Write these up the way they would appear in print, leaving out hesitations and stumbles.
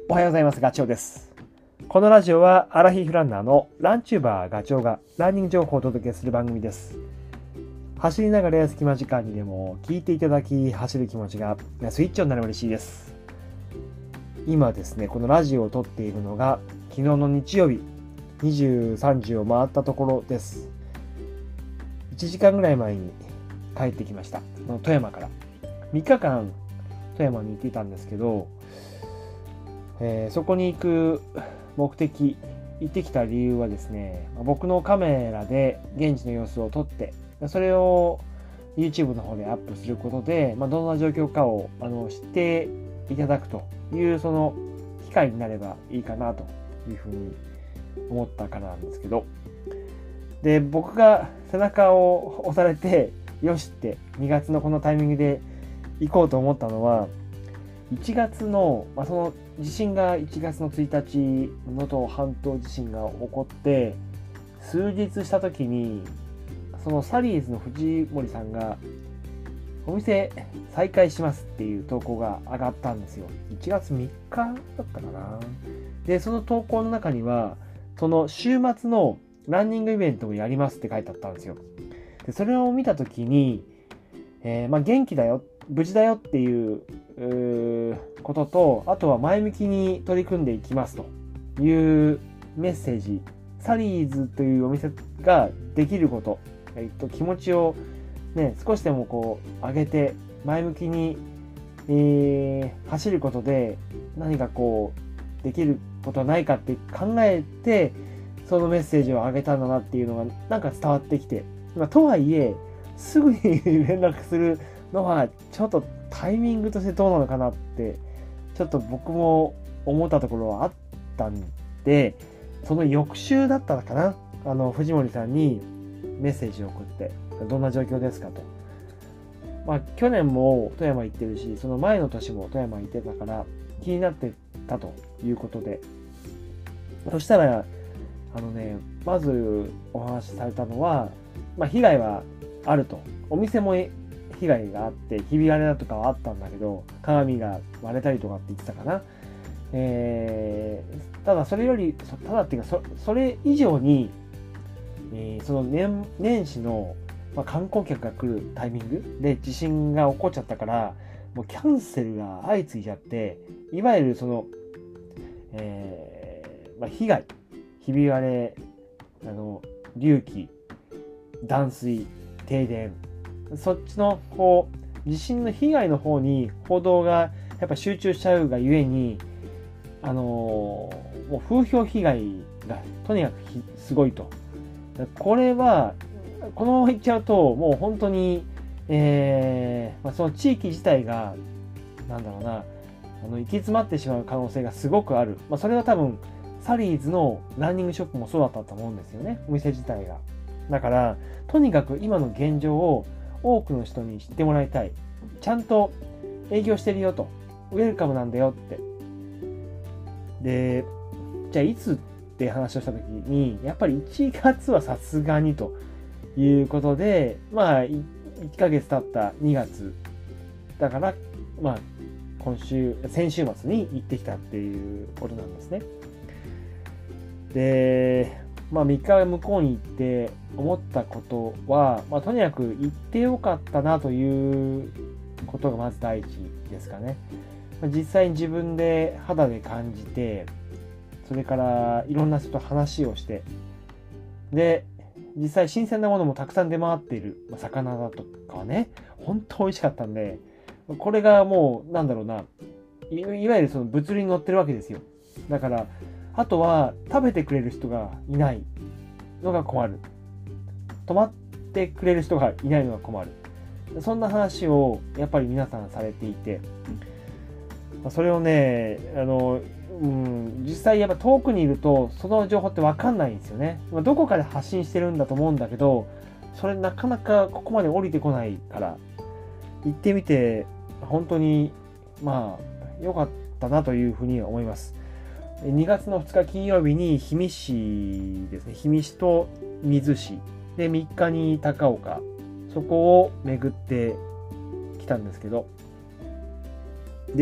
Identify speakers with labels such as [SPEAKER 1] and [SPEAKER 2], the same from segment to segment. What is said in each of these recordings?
[SPEAKER 1] おはようございます。ガチョウです。このラジオはアラヒフランナーのランチューバーガチョウがランニング情報をお届けする番組です。走りながら隙間時間にでも聞いていただき、走る気持ちがスイッチオンになれば嬉しいです。今ですね、このラジオを撮っているのが昨日の日曜日23時を回ったところです。1時間ぐらい前に帰ってきました。富山から3日間富山に行っていたんですけど、そこに行く目的、行ってきた理由はですね、僕のカメラで現地の様子を撮って、それを YouTube の方でアップすることで、どんな状況かを知っていただくというその機会になればいいかなというふうに思ったからなんですけど、で、僕が背中を押されてよしって2月のこのタイミングで行こうと思ったのは、1月の、その地震が1月の1日、能登半島地震が起こって数日した時に、そのサリーズの藤森さんがお店再開しますっていう投稿が上がったんですよ。1月3日だったかな。で、その投稿の中には、その週末のランニングイベントをやりますって書いてあったんですよ。で、それを見た時に、元気だよ、無事だよっていうことと、あとは前向きに取り組んでいきますというメッセージ、サリーズというお店ができること、気持ちをね、少しでもこう上げて前向きに、走ることで何かこうできることはないかって考えて、そのメッセージを上げたんだなっていうのがなんか伝わってきて、とはいえすぐに連絡するのはちょっとタイミングとしてどうなのかなってちょっと僕も思ったところはあったんで、その翌週だったのかな、藤森さんにメッセージを送って、どんな状況ですかと。去年も富山行ってるし、その前の年も富山行ってたから気になってたということで、そしたらまずお話しされたのは、被害はあると。お店も被害があって、ひび割れだとかはあったんだけど、鏡が割れたりとかって言ってたかな。ただそれより、ただっていうか、それ以上に、その年始の、観光客が来るタイミングで地震が起こっちゃったから、もうキャンセルが相次いじゃって、いわゆるその、被害、ひび割れ、隆起、断水、停電、そっちの地震の被害の方に報道がやっぱ集中しちゃうがゆえに、もう風評被害がとにかくすごいと。これはこのまま言っちゃうともう本当に、その地域自体が行き詰まってしまう可能性がすごくある。それは多分サリーズのランニングショップもそうだったと思うんですよね、お店自体が。だからとにかく今の現状を多くの人に知ってもらいたい。ちゃんと営業してるよと。ウェルカムなんだよって。で、じゃあいつって話をした時に、やっぱり1月はさすがにということで、1ヶ月経った2月。だから、先週末に行ってきたっていうことなんですね。で、3日向こうに行って思ったことは、とにかく行ってよかったなということがまず第一ですかね。実際に自分で肌で感じて、それからいろんな人と話をして、で、実際新鮮なものもたくさん出回っている、魚だとかね、本当美味しかったんで、これがもういわゆるその物流に乗ってるわけですよ。だからあとは食べてくれる人がいないのが困る。泊まってくれる人がいないのが困る。そんな話をやっぱり皆さんされていて、それをね、実際やっぱ遠くにいるとその情報って分かんないんですよね。どこかで発信してるんだと思うんだけど、それなかなかここまで降りてこないから、行ってみて本当に良かったなというふうに思います。2月の2日金曜日に氷見市ですね、氷見市と水市で、3日に高岡、そこを巡ってきたんですけど、で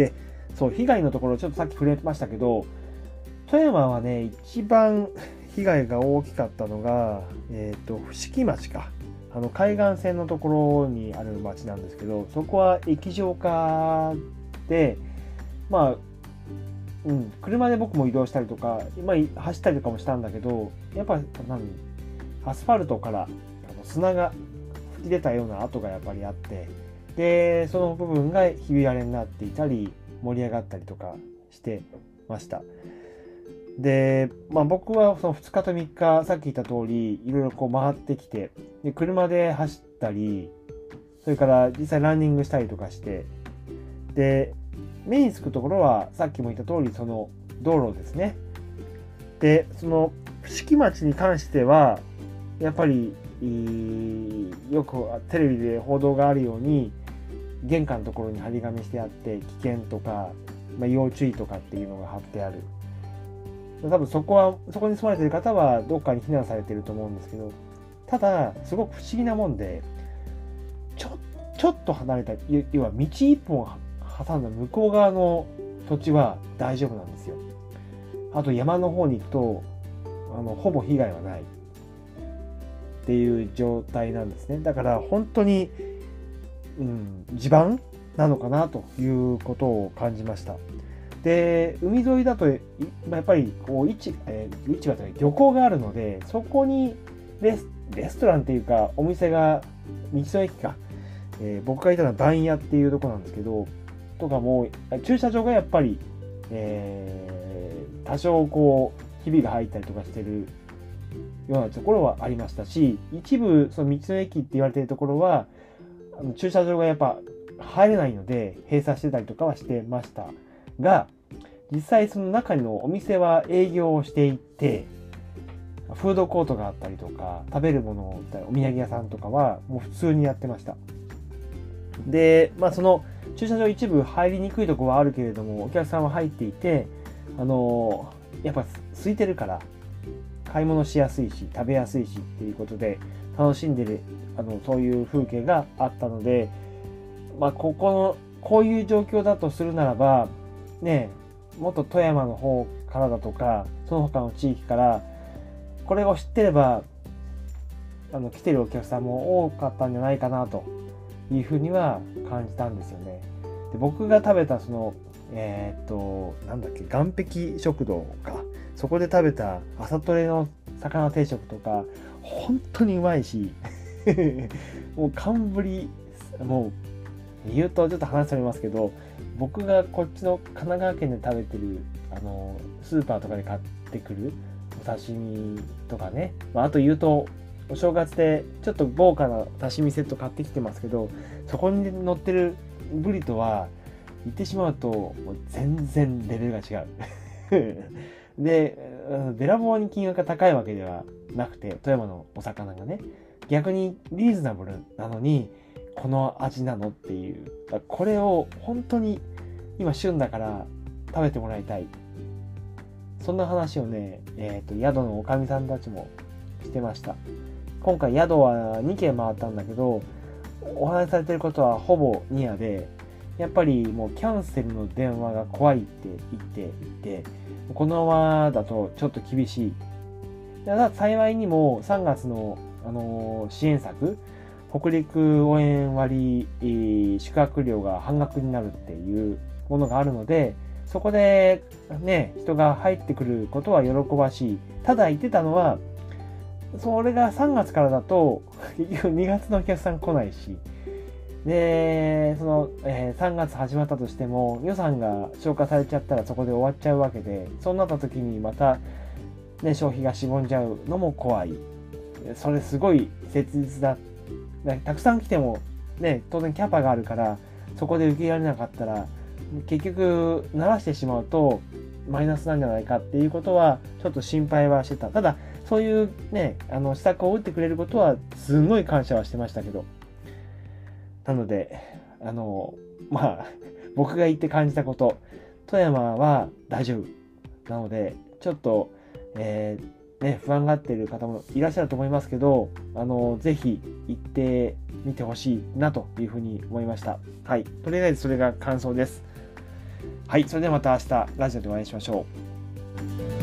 [SPEAKER 1] そう、被害のところちょっとさっき触れましたけど、富山はね、一番被害が大きかったのが、伏木町か。海岸線のところにある町なんですけど、そこは液状化で、まあ、車で僕も移動したりとか、走ったりとかもしたんだけど、やっぱアスファルトから砂が吹き出たような跡がやっぱりあって、で、その部分がひび割れになっていたり、盛り上がったりとかしてました。で、僕はその2日と3日、さっき言った通り、いろいろこう回ってきて、で、車で走ったり、それから実際ランニングしたりとかして、で、目につくところは、さっきも言った通り、その道路ですね。で、その伏木町に関しては、やっぱり、よくテレビで報道があるように、玄関のところに張り紙してあって、危険とか、要注意とかっていうのが貼ってある。多分そこに住まれている方はどっかに避難されていると思うんですけど、ただ、すごく不思議なもんで、ちょっと離れた、要は道一本挟んだ向こう側の土地は大丈夫なんですよ。あと山の方に行くと、ほぼ被害はないっていう状態なんですね。だから本当に、地盤なのかなということを感じました。で、海沿いだとやっぱりこう市場というか漁港があるので、そこにレストランっていうかお店が道の駅か、僕がいたのは番屋っていうところなんですけど、とかも駐車場がやっぱり、多少こうひびが入ったりとかしてるようなところはありましたし、一部その道の駅って言われているところは駐車場がやっぱ入れないので閉鎖してたりとかはしてましたが、実際その中のお店は営業をしていて、フードコートがあったりとか、食べるものをお土産屋さんとかはもう普通にやってました。で、その駐車場一部入りにくいところはあるけれども、お客さんは入っていて、やっぱ空いてるから買い物しやすいし食べやすいしっていうことで楽しんでるそういう風景があったので、こういう状況だとするならばね、もっと富山の方からだとかその他の地域からこれを知ってれば来てるお客さんも多かったんじゃないかなというふうには感じたんですよね。で、僕が食べたそのなんだっけ、岸壁食堂か、そこで食べた朝取れの魚定食とか本当にうまいしもう寒ぶり、もう言うとちょっと話されますけど、僕がこっちの神奈川県で食べてるスーパーとかで買ってくるお刺身とかね、あと言うとお正月でちょっと豪華な刺身セット買ってきてますけど、そこに乗ってるブリとは言ってしまうともう全然レベルが違うで、べらぼうに金額が高いわけではなくて、富山のお魚がね、逆にリーズナブルなのにこの味なのっていう、これを本当に今旬だから食べてもらいたい、そんな話をね、宿のおかみさんたちもしてました。今回宿は2軒回ったんだけど、お話しされてることはほぼニアで、やっぱりもうキャンセルの電話が怖いって言っていて、このままだとちょっと厳しい。ただ幸いにも3月の、支援策、北陸応援割、宿泊料が半額になるっていうものがあるので、そこでね、人が入ってくることは喜ばしい。ただ言ってたのは、それが3月からだと結局2月のお客さん来ないし、で、3月始まったとしても予算が消化されちゃったらそこで終わっちゃうわけで、そうなった時にまた、ね、消費がしぼんじゃうのも怖い。それすごい切実だ。たくさん来ても、ね、当然キャパがあるからそこで受け入れられなかったら結局慣らしてしまうとマイナスなんじゃないかっていうことはちょっと心配はしてた。ただそういうね、施策を打ってくれることはすごい感謝はしてましたけど、なので僕が言って感じたこと、富山は大丈夫なので、ちょっと不安がっている方もいらっしゃると思いますけど、ぜひ行ってみてほしいなというふうに思いました。はい、とりあえずそれが感想です。 はい、それではまた明日ラジオでお会いしましょう。